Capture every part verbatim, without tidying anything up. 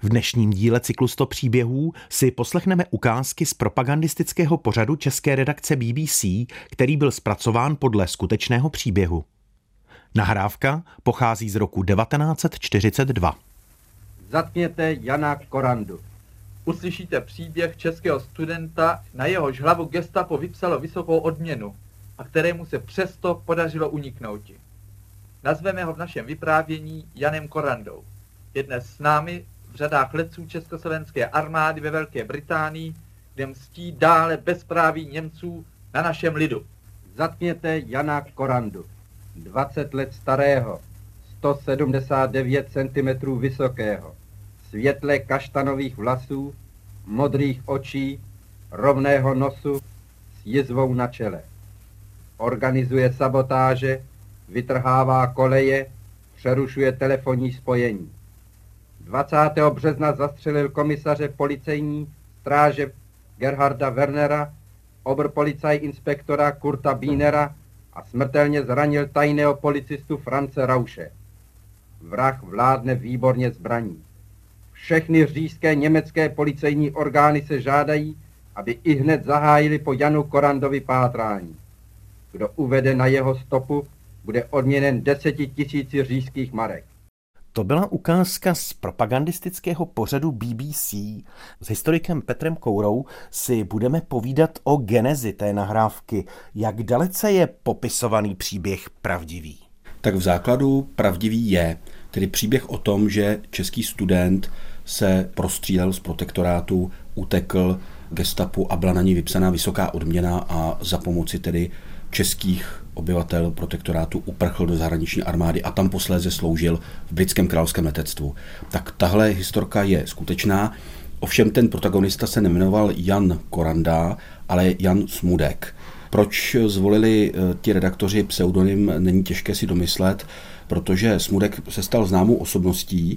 V dnešním díle cyklu sto příběhů si poslechneme ukázky z propagandistického pořadu české redakce B B C, který byl zpracován podle skutečného příběhu. Nahrávka pochází z roku devatenáct set čtyřicet dva. Zatměte Jana Korandu. Uslyšíte příběh českého studenta, na jehož hlavu gestapo vypsalo vysokou odměnu a kterému se přesto podařilo uniknout. Nazveme ho v našem vyprávění Janem Korandou. Je dnes s námi v řadách letců československé armády ve Velké Británii, kde mstí dále bezpráví Němců na našem lidu. Zatměte Jana Korandu. dvacet let starého, sto sedmdesát devět centimetrů vysokého, světle kaštanových vlasů, modrých očí, rovného nosu s jizvou na čele. Organizuje sabotáže, vytrhává koleje, přerušuje telefonní spojení. dvacátého března zastřelil komisaře policejní stráže Gerharda Wernera, oberpolicaj inspektora Kurta Bienera a smrtelně zranil tajného policistu France Rausche. Vrah vládne výborně zbraní. Všechny říšské německé policejní orgány se žádají, aby ihned zahájili po Janu Korandovi pátrání. Kdo uvede na jeho stopu, bude odměněn deseti tisíci říšských marek. To byla ukázka z propagandistického pořadu B B C. S historikem Petrem Kourou si budeme povídat o genezi té nahrávky. Jak dalece je popisovaný příběh pravdivý? Tak v základu pravdivý je, tedy příběh o tom, že český student se prostřílel z protektorátu, utekl gestapu a byla na ní vypsaná vysoká odměna a za pomoci tedy českých obyvatel protektorátu uprchl do zahraniční armády a tam posléze sloužil v britském královském letectvu. Tak tahle historka je skutečná, ovšem ten protagonista se nejmenoval Jan Koranda, ale Jan Smudek. Proč zvolili ti redaktoři pseudonym, není těžké si domyslet, protože Smudek se stal známou osobností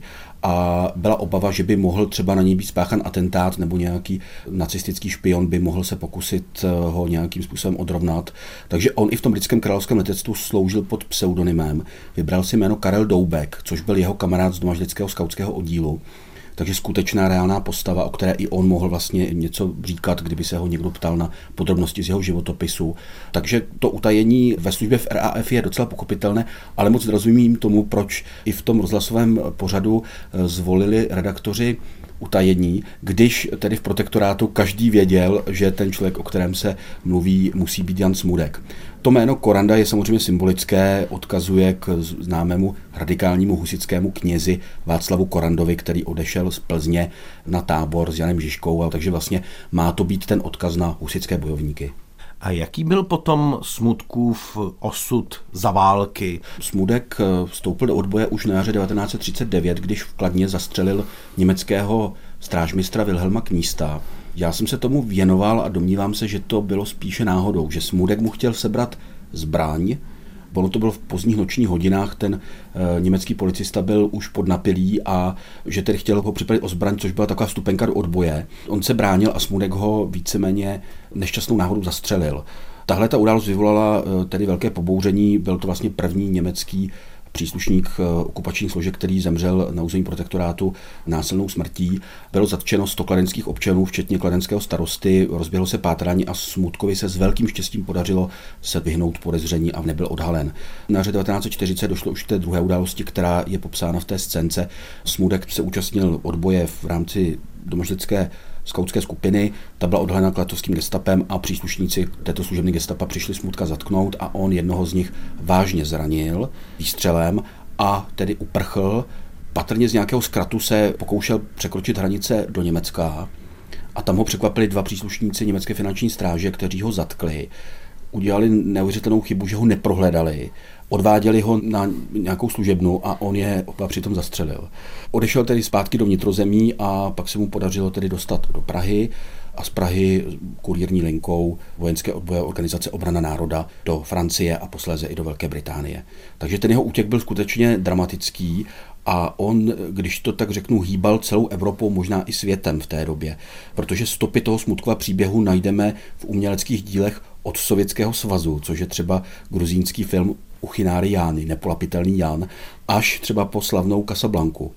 a byla obava, že by mohl třeba na něj být spáchan atentát nebo nějaký nacistický špion by mohl se pokusit ho nějakým způsobem odrovnat. Takže on i v tom britském královském letectvu sloužil pod pseudonymem. Vybral si jméno Karel Doubek, což byl jeho kamarád z domažlického skautského oddílu. Takže skutečná reálná postava, o které i on mohl vlastně něco říkat, kdyby se ho někdo ptal na podrobnosti z jeho životopisu. Takže to utajení ve službě v R A F je docela pochopitelné, ale moc rozumím tomu, proč i v tom rozhlasovém pořadu zvolili redaktoři utajení, když tedy v protektorátu každý věděl, že ten člověk, o kterém se mluví, musí být Jan Smudek. To jméno Koranda je samozřejmě symbolické, odkazuje k známému radikálnímu husitskému knězi Václavu Korandovi, který odešel z Plzně na tábor s Janem Žižkou, takže vlastně má to být ten odkaz na husitské bojovníky. A jaký byl potom Smudkův osud za války? Smudek vstoupil do odboje už na jaře devatenáct set třicet devět, když v Kladně zastřelil německého strážmistra Wilhelma Knísta. Já jsem se tomu věnoval a domnívám se, že to bylo spíše náhodou, že Smudek mu chtěl sebrat zbraň. Ono to bylo v pozdních nočních hodinách, ten e, německý policista byl už podnapilý a že tedy chtěl ho připravit o zbraň, což byla taková vstupenka do odboje. On se bránil a Smudek ho víceméně nešťastnou náhodou zastřelil. Tahle ta událost vyvolala e, tedy velké pobouření, byl to vlastně první německý příslušník okupačních složek, který zemřel na území protektorátu násilnou smrtí. Bylo zatčeno sto kladenských občanů, včetně kladenského starosty, rozběhlo se pátrání a Smudkovi se s velkým štěstím podařilo se vyhnout podezření a nebyl odhalen. Na jaře devatenáct set čtyřicet došlo už k té druhé události, která je popsána v té scénce. Smudek se účastnil odboje v rámci domažlické skautské skupiny, ta byla odhalena klatovským gestapem a příslušníci této služebny gestapa přišli Smudka zatknout a on jednoho z nich vážně zranil výstřelem a tedy uprchl. Patrně z nějakého zkratu se pokoušel překročit hranice do Německa a tam ho překvapili dva příslušníci německé finanční stráže, kteří ho zatkli. Udělali neuvěřitelnou chybu, že ho neprohledali, odváděli ho na nějakou služebnu a on je přitom zastřelil. Odešel tedy zpátky do vnitrozemí a pak se mu podařilo tedy dostat do Prahy a z Prahy kurírní linkou vojenské odbojové organizace Obrana národa do Francie a posléze i do Velké Británie. Takže ten jeho útěk byl skutečně dramatický a on, když to tak řeknu, hýbal celou Evropou, možná i světem v té době, protože stopy toho Smudkova příběhu najdeme v uměleckých dílech od Sovětského svazu, což je třeba gruzínský film Uchynáry Jány, Nepolapitelný Jan, až třeba po slavnou Casablanku.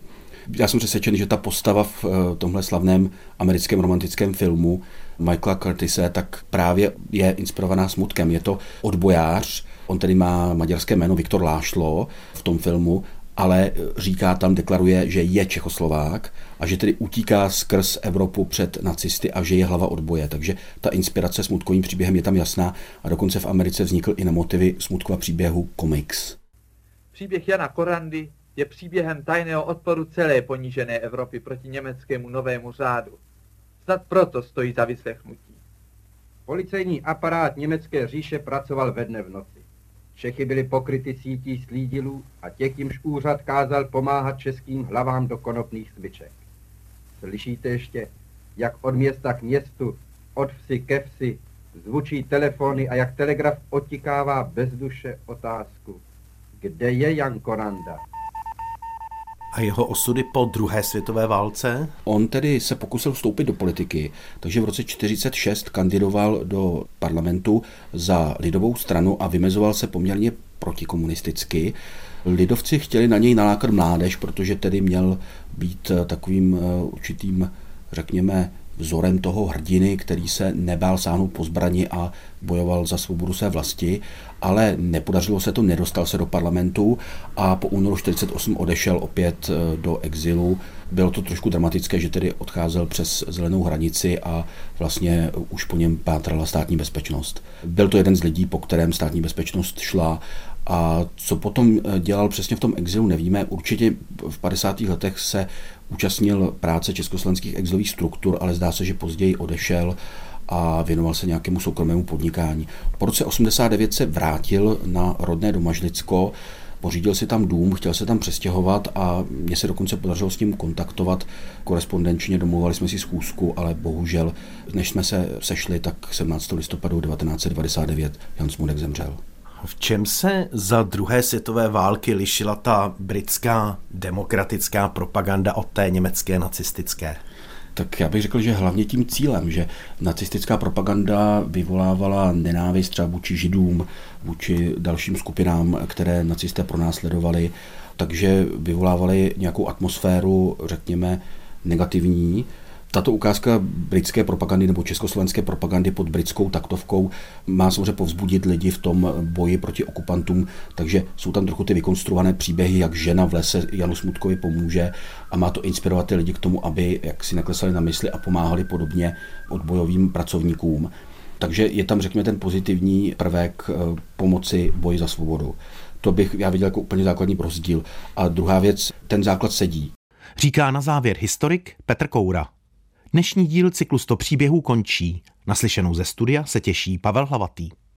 Já jsem přesvědčen, že ta postava v tomhle slavném americkém romantickém filmu Michaela Curtise tak právě je inspirovaná smutkem. Je to odbojář, on tedy má maďarské jméno Viktor Lášlo v tom filmu, ale říká tam, deklaruje, že je Čechoslovák a že tedy utíká skrz Evropu před nacisty a že je hlava odboje. Takže ta inspirace smutkovým příběhem je tam jasná a dokonce v Americe vznikl i na motivy smutkova příběhu komiks. Příběh Jana Korandy je příběhem tajného odporu celé ponížené Evropy proti německému novému řádu. Snad proto stojí za vyslechnutí. Policejní aparát německé říše pracoval ve dne v noci. Čechy byly pokryty sítí slídilů a těch, jimž úřad kázal pomáhat českým hlavám do konopných smyček. Slyšíte ještě, jak od města k městu, od vsi ke vsi, zvučí telefony a jak telegraf otikává bez duše otázku. Kde je Jan Koranda? A jeho osudy po druhé světové válce? On tedy se pokusil vstoupit do politiky, takže v roce čtyřicet šest kandidoval do parlamentu za lidovou stranu a vymezoval se poměrně protikomunisticky. Lidovci chtěli na něj nalákat mládež, protože tedy měl být takovým určitým, řekněme, vzorem toho hrdiny, který se nebál sáhnout po zbrani a bojoval za svobodu své vlasti, ale nepodařilo se to, nedostal se do parlamentu a po únoru čtyřicet osm odešel opět do exilu. Bylo to trošku dramatické, že tedy odcházel přes zelenou hranici a vlastně už po něm pátrala státní bezpečnost. Byl to jeden z lidí, po kterém státní bezpečnost šla. A co potom dělal přesně v tom exilu, nevíme. Určitě v padesátých letech se účastnil práce československých exilových struktur, ale zdá se, že později odešel a věnoval se nějakému soukromému podnikání. Po roce osmdesát devět se vrátil na rodné Domažlicko, pořídil si tam dům, chtěl se tam přestěhovat a mně se dokonce podařilo s ním kontaktovat korespondenčně, domluvali jsme si schůzku, ale bohužel, než jsme se sešli, tak sedmnáctého listopadu devatenáct set devadesát devět Jan Smudek zemřel. V čem se za druhé světové války lišila ta britská demokratická propaganda od té německé nacistické? Tak já bych řekl, že hlavně tím cílem, že nacistická propaganda vyvolávala nenávist třeba vůči Židům, vůči dalším skupinám, které nacisté pronásledovali, takže vyvolávali nějakou atmosféru, řekněme, negativní. Tato ukázka britské propagandy nebo československé propagandy pod britskou taktovkou má samozřejmě povzbudit lidi v tom boji proti okupantům, takže jsou tam trochu ty vykonstruované příběhy, jak žena v lese Janu Smutkovi pomůže a má to inspirovat ty lidi k tomu, aby jak si naklesali na mysli a pomáhali podobně odbojovým pracovníkům. Takže je tam, řekněme, ten pozitivní prvek pomoci boji za svobodu. To bych já viděl jako úplně základní rozdíl. A druhá věc, ten základ sedí. Říká na závěr historik Petr Koura. Dnešní díl cyklu sto příběhů končí. Naslyšenou ze studia se těší Pavel Hlavatý.